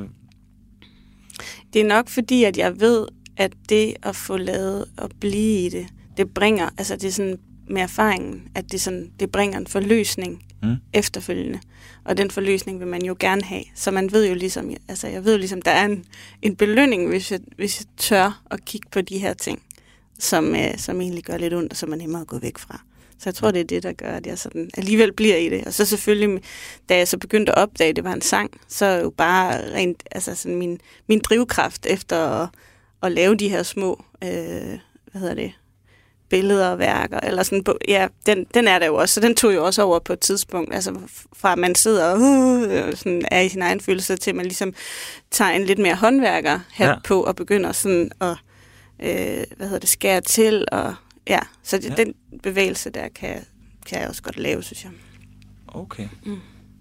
S2: Det er nok fordi, at jeg ved, at det at få lavet og blive i det, det bringer, altså det er sådan med erfaringen, at det, sådan, det bringer en forløsning mm. efterfølgende. Og den forløsning vil man jo gerne have. Så man ved jo ligesom, altså jeg ved jo ligesom, der er en, en belønning, hvis jeg, hvis jeg tør at kigge på de her ting, som, øh, som egentlig gør lidt ondt, og som man nemmere går væk fra. Så jeg tror, det er det, der gør, at jeg sådan alligevel bliver i det. Og så selvfølgelig, da jeg så begyndte at opdage, at det var en sang, så er jo bare rent, altså sådan min, min drivkraft efter at, at lave de her små, øh, hvad hedder det, billeder og værker, eller sådan, ja, den, den er der jo også, så den tog jo også over på et tidspunkt, altså fra at man sidder og uh, sådan er i sin egen følelse, til at man ligesom tager en lidt mere håndværker hat ja. på, og begynder sådan at, øh, hvad hedder det, skære til, og ja, så det, ja. den bevægelse der kan, kan jeg også godt lave, synes jeg.
S1: Okay. Mm.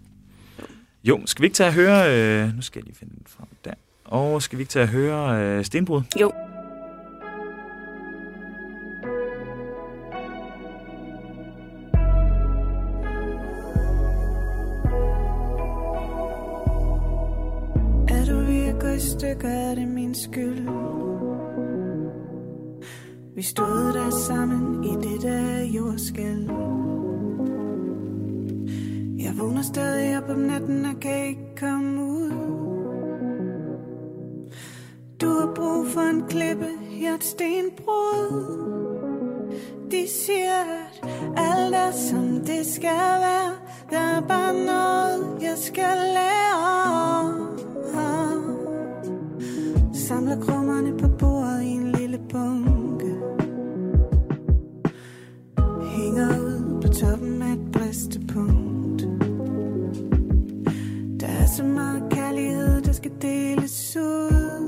S1: Jo, skal vi ikke tage at høre, øh, nu skal jeg lige finde den frem der, og skal vi ikke tage at høre øh, Stenbrud?
S2: Jo.
S5: Er du ved at gå i stykker, er det min skyld. Vi stod der sammen i det der jordskælv. Jeg vågner stadig op om natten og kan ikke komme ud. Du har brug for en klippe, jeg er et stenbrud. De siger, at alt er som det skal være. Der er bare noget, jeg skal lære. Samler krummerne på bordet i en lille bunke. Hænger ud på toppen af et bristepunkt. Der er så meget kærlighed, der skal deles ud.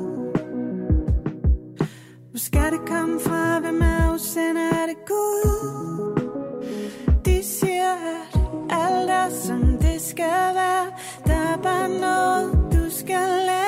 S5: Hvor skal det komme fra? Hvem er afsender? Er det Gud? De siger, at alt er som det skal være. Der er bare noget, du skal lære.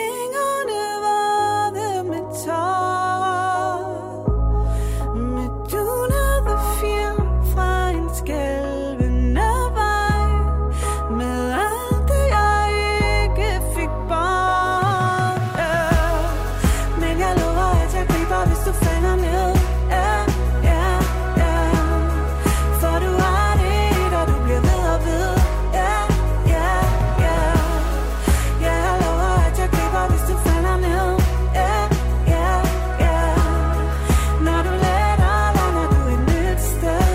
S5: fingrene våde med tårer. Med dunede fjern fra en skælvende vej. Med alt det jeg ikke fik bort. Yeah. Men jeg lover at jeg griber hvis du falder ned. Yeah, yeah, yeah. For du har det og du bliver ved og ved. Yeah, yeah, yeah. Ja, jeg lover at jeg griber hvis du falder ned. Yeah, yeah, yeah. Når du letter lander du et nyt sted.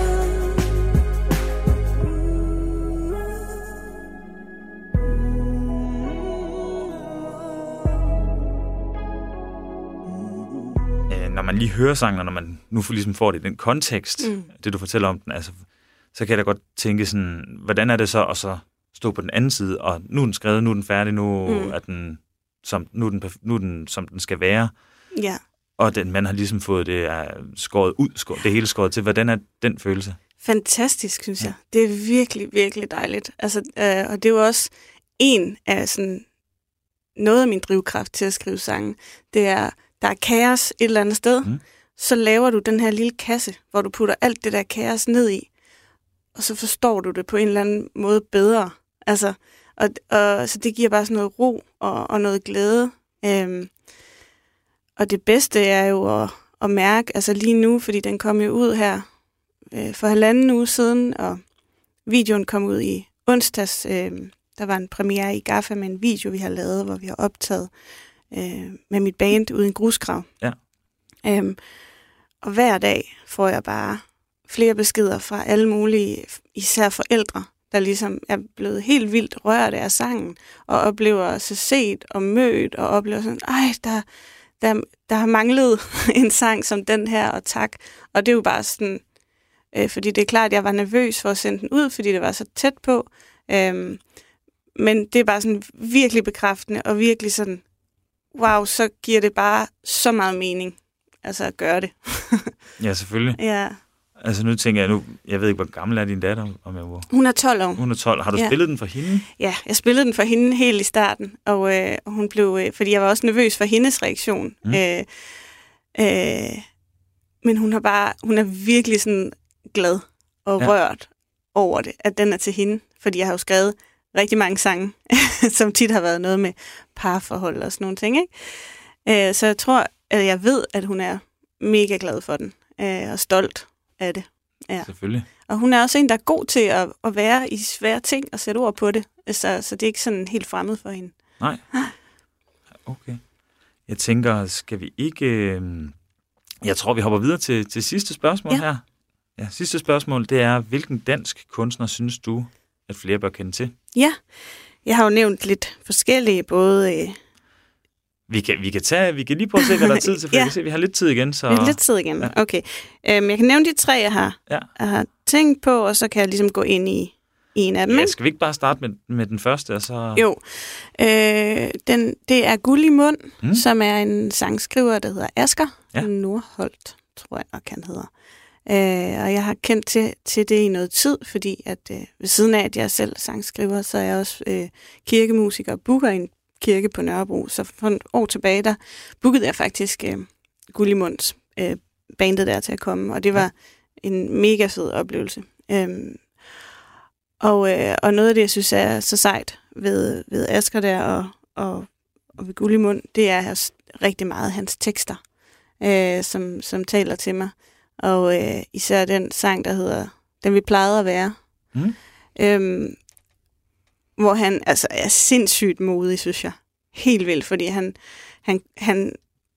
S1: Øh, når man lige hører sangen, og når man nu får, ligesom får det i den kontekst, mm. det du fortæller om den, altså, så kan jeg da godt tænke sådan, hvordan er det så at så stå på den anden side, og nu er den skrevet, nu er den færdig, nu, mm. er, den, som, nu, er, den, nu er den, som den skal være,
S2: Ja.
S1: og den, man har ligesom fået det er skåret ud, skåret, det hele skåret til. Hvordan er den følelse?
S2: Fantastisk, synes jeg. Det er virkelig, virkelig dejligt. Altså, øh, og det er jo også en af sådan, noget af min drivkraft til at skrive sange. Det er, der er kaos et eller andet sted,
S1: Mm.
S2: så laver du den her lille kasse, hvor du putter alt det der kaos ned i, og så forstår du det på en eller anden måde bedre. Altså, og, og, så det giver bare sådan noget ro og, og noget glæde. Øhm, og det bedste er jo at, at mærke, altså lige nu, fordi den kom jo ud her øh, for halvanden uge siden, og videoen kom ud i onsdags. Øh, der var en premiere i Gaffa med en video, vi har lavet, hvor vi har optaget øh, med mit band ude i en grusgrav.
S1: Ja.
S2: Øhm, og hver dag får jeg bare flere beskeder fra alle mulige, især forældre, der ligesom er blevet helt vildt rørt af sangen, og oplever sig set og mødt, og oplever sådan, ej, der, der, der har manglet en sang som den her, og tak. Og det er jo bare sådan, øh, fordi det er klart, at jeg var nervøs for at sende den ud, fordi det var så tæt på. Øhm, men det er bare sådan virkelig bekræftende, og virkelig sådan, wow, så giver det bare så meget mening, altså at gøre det.
S1: Ja, selvfølgelig.
S2: Ja.
S1: Altså nu tænker jeg nu, jeg ved ikke, hvor gammel er din datter, om jeg må.
S2: Hun er tolv år.
S1: Hun er tolv. Har du
S2: Ja.
S1: spillet den for hende?
S2: Ja, jeg spillede den for hende helt i starten, og øh, hun blev, øh, fordi jeg var også nervøs for hendes reaktion.
S1: Mm.
S2: Øh, øh, men hun har bare, hun er virkelig sådan glad og
S1: Ja.
S2: rørt over det, at den er til hende, fordi jeg har jo skrevet rigtig mange sange, som tit har været noget med parforhold og sådan nogle ting, ikke? Øh, så jeg tror, at jeg ved, at hun er mega glad for den, øh, og stolt af det. Ja.
S1: Selvfølgelig.
S2: Og hun er også en, der er god til at, at være i svære ting og sætte ord på det. Så, så det er ikke sådan helt fremmed for hende.
S1: Nej. Okay. Jeg tænker, skal vi ikke... Øh... Jeg tror, vi hopper videre til, til sidste spørgsmål
S2: Ja.
S1: her. Ja, sidste spørgsmål, det er, hvilken dansk kunstner synes du, at flere bør kende til?
S2: Ja, jeg har jo nævnt lidt forskellige, både... Øh,
S1: Vi kan, vi kan, tage, vi kan lige prøve at se, hvad der er tid til, for
S2: Ja.
S1: jeg kan se, vi har lidt tid igen. Så...
S2: vi har lidt tid igen.
S1: Ja.
S2: Okay. Øhm, jeg kan nævne de tre, jeg har,
S1: Ja.
S2: jeg har tænkt på, og så kan jeg ligesom gå ind i, i en af dem.
S1: Ja,
S2: ikke?
S1: skal vi ikke bare starte med, med den første? Og så...
S2: Jo. Øh, den, det er Guld i mund,
S1: Mm.
S2: mm. som er en sangskriver, der hedder Asger
S1: Ja.
S2: Nordholt, tror jeg nok, han hedder. Øh, og jeg har kendt til, til det i noget tid, fordi at øh, ved siden af, at jeg selv er sangskriver, så er jeg også øh, kirkemusiker og booker i en kirke på Nørrebro. Så for et år tilbage, der bookede jeg faktisk øh, Guld i munds øh, bandet der til at komme, og det var en mega fed oplevelse. Øhm, og, øh, og noget af det, jeg synes er så sejt ved, ved Asger der og, og, og ved Guld i mund, det er også rigtig meget hans tekster, øh, som, som taler til mig. Og øh, især den sang, der hedder Den vi plejede at være.
S1: Mm.
S2: Øhm, hvor han altså er sindssygt modig, synes jeg. Helt vildt, fordi han, han, han,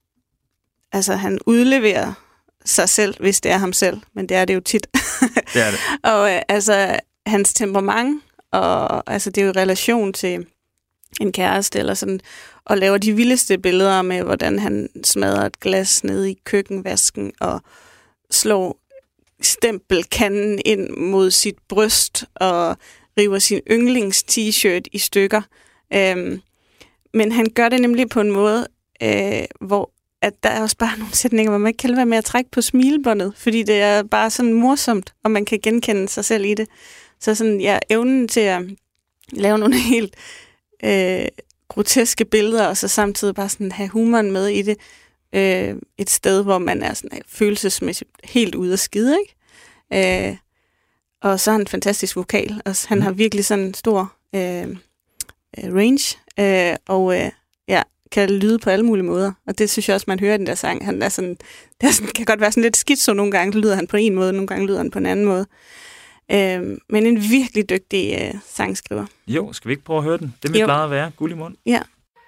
S2: altså, han udleverer sig selv, hvis det er ham selv. Men det er det jo tit.
S1: Det er det.
S2: Og øh, altså, hans temperament, og altså, det er jo i relation til en kæreste, eller sådan, og laver de vildeste billeder med, hvordan han smadrer et glas ned i køkkenvasken, og slår stempelkanden ind mod sit bryst, og river sin yndlings-t-shirt i stykker. Øhm, men han gør det nemlig på en måde, øh, hvor at der er også bare nogle sætninger, hvor man ikke kan være med at trække på smilebåndet, fordi det er bare sådan morsomt, og man kan genkende sig selv i det. Så sådan, ja, evnen til at lave nogle helt øh, groteske billeder, og så samtidig bare sådan have humoren med i det. Øh, et sted, hvor man er sådan følelsesmæssigt helt ude af skide, ikke? Øh, og så har han en fantastisk vokal. Og han har virkelig sådan en stor øh, range, øh, og øh, ja, kan lyde på alle mulige måder. Og det synes jeg også, man hører i den der sang. Han er sådan, det er sådan, kan godt være sådan lidt skidt, nogle gange lyder han på en måde, nogle gange lyder han på en anden måde. Øh, men en virkelig dygtig øh, sangskriver.
S1: Jo, skal vi ikke prøve at høre den? Det vil plejede at være guld i mund.
S2: Ja.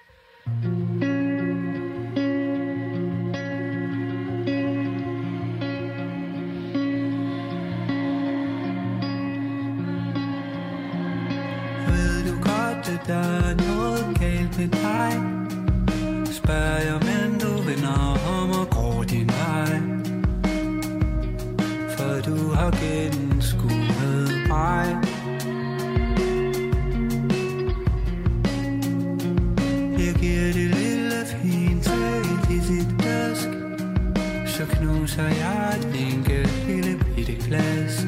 S4: Der er noget galt med dig. Spørger jeg, men du vender om og går din vej. For du har gennemskuet mig. Jeg giver det lille fint til i sit dask. Så knuser jeg et enkelt lille bitte glas.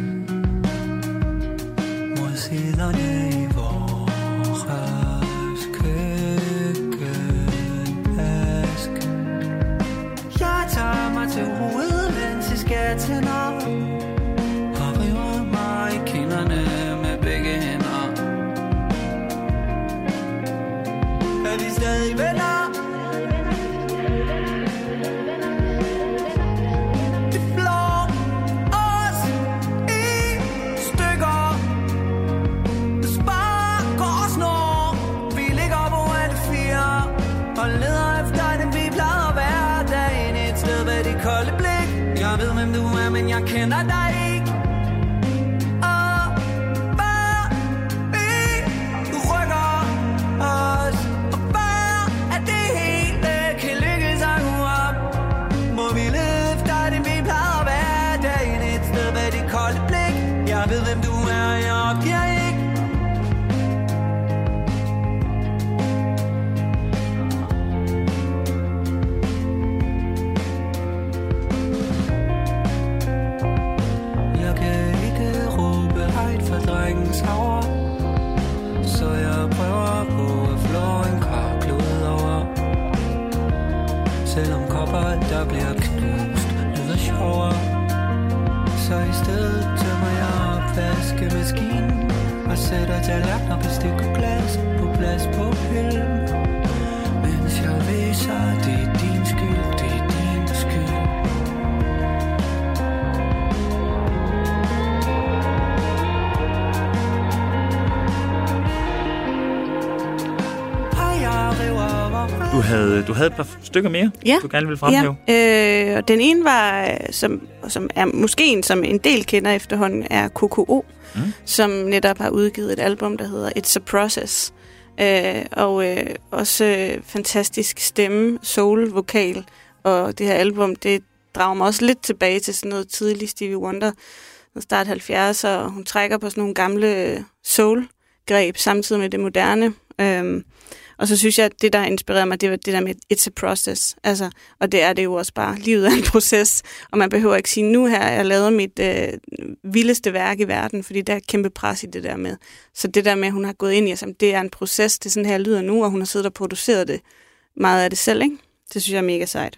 S4: Mod siderne i vores til hovedet, mens jeg skal tænde op. Og river mig i kinderne med begge hænder. Er vi stadig venner? Det flår os i stykker. Det sparker os, når vi ligger på alle fire og leder efter det, vi plejer at være dagen. Et sted ved det kolde blik. Jeg ved, hvem du er, men jeg kender dig ikke. Og bare vi rykker os. Og bare at det hele kan lykkes sig nu op. Må vi lede efter det, vi plejer at være dagen. Et sted ved det kolde blik. Jeg ved, hvem du er, jeg opgiver ikke. Så jeg prøver på at flå en karklud over. Selvom kopper, der bliver knust, lyder sjovere. Så i stedet tømmer jeg opvaskemaskinen og sætter tallerkener, bestik og glas på plads på hylden. Mens jeg viser, det er din skyld, det er din skyld.
S1: Du havde, du havde et par stykker mere,
S2: ja.
S1: du gerne ville fremhæve.
S2: Ja, øh, og den ene var, som, som er måske en, som en del kender efterhånden, er K K O, mm. som netop har udgivet et album, der hedder It's a Process. Øh, og øh, også øh, fantastisk stemme, soul-vokal. Og det her album, det drager mig også lidt tilbage til sådan noget tidligt Stevie Wonder, start halvfjerdser, og hun trækker på sådan nogle gamle soul-greb, samtidig med det moderne. Øh, Og så synes jeg, at det, der inspirerede mig, det var det der med, it's a process. Altså, og det er det jo også bare. Livet er en proces, og man behøver ikke sige, nu her har jeg lavet mit øh, vildeste værk i verden, fordi der er kæmpe pres i det der med. Så det der med, at hun har gået ind i, at det er en proces, det er sådan her lyder nu, og hun har siddet og produceret det meget af det selv, ikke? Det synes jeg er mega sejt.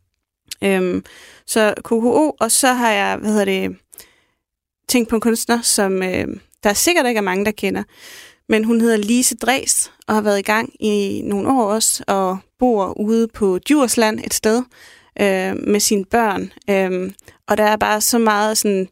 S2: Øhm, så K K O, og så har jeg, hvad hedder det, tænkt på en kunstner, som øh, der sikkert ikke er mange, der kender. Men hun hedder Lise Dres, og har været i gang i nogle år også, og bor ude på Djursland et sted øh, med sine børn. Øh, og der er bare så meget sådan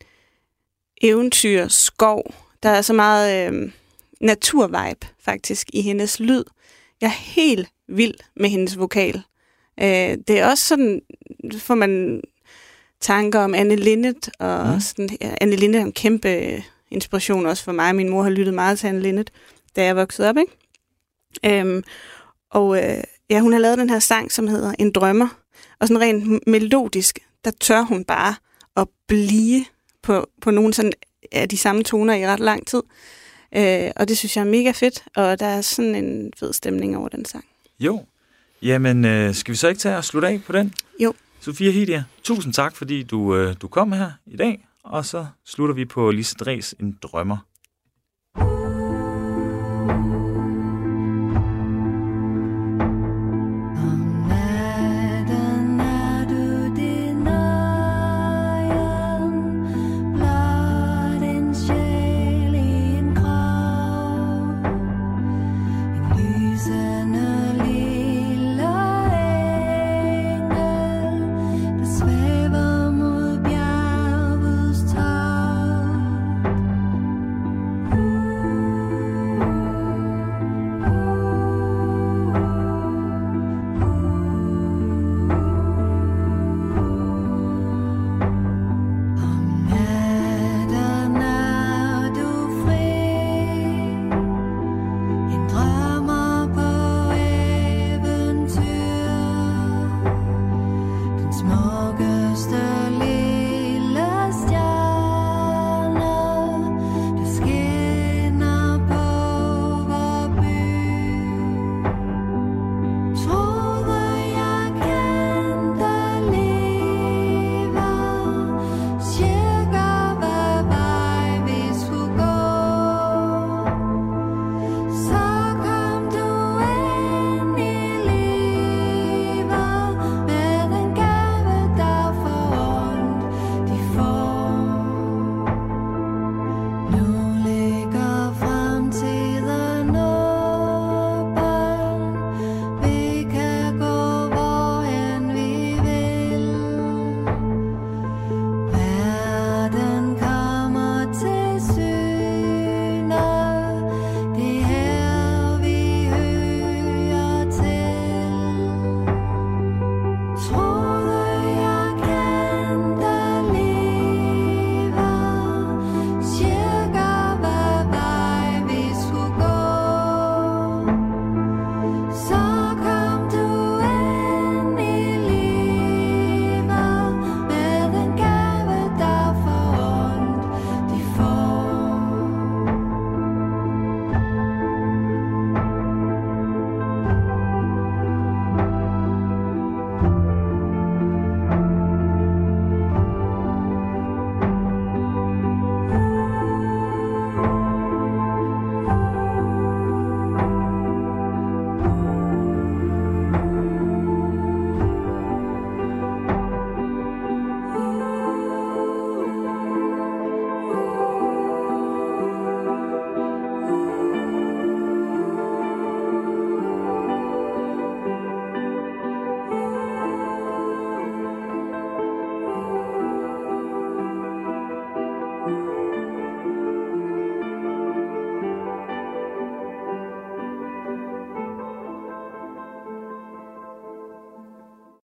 S2: eventyr, skov. Der er så meget øh, naturvibe faktisk i hendes lyd. Jeg er helt vild med hendes vokal. Øh, det er også sådan, får man tanker om Anne Linnet, og mm. sådan, ja, Anne Linnet er en kæmpe inspiration også for mig. Min mor har lyttet meget til Anne Linnet, da jeg voksede op, ikke? Øhm, og øh, ja, hun har lavet den her sang, som hedder En Drømmer. Og sådan rent melodisk, der tør hun bare at blive på, på nogle sådan af de samme toner i ret lang tid. Øh, og det synes jeg er mega fedt, og der er sådan en fed stemning over den sang.
S1: Jo. Jamen, øh, skal vi så ikke tage og slutte af på den?
S2: Jo.
S1: Sofia Hidia, tusind tak, fordi du, øh, du kom her i dag. Og så slutter vi på Lise Dres En Drømmer.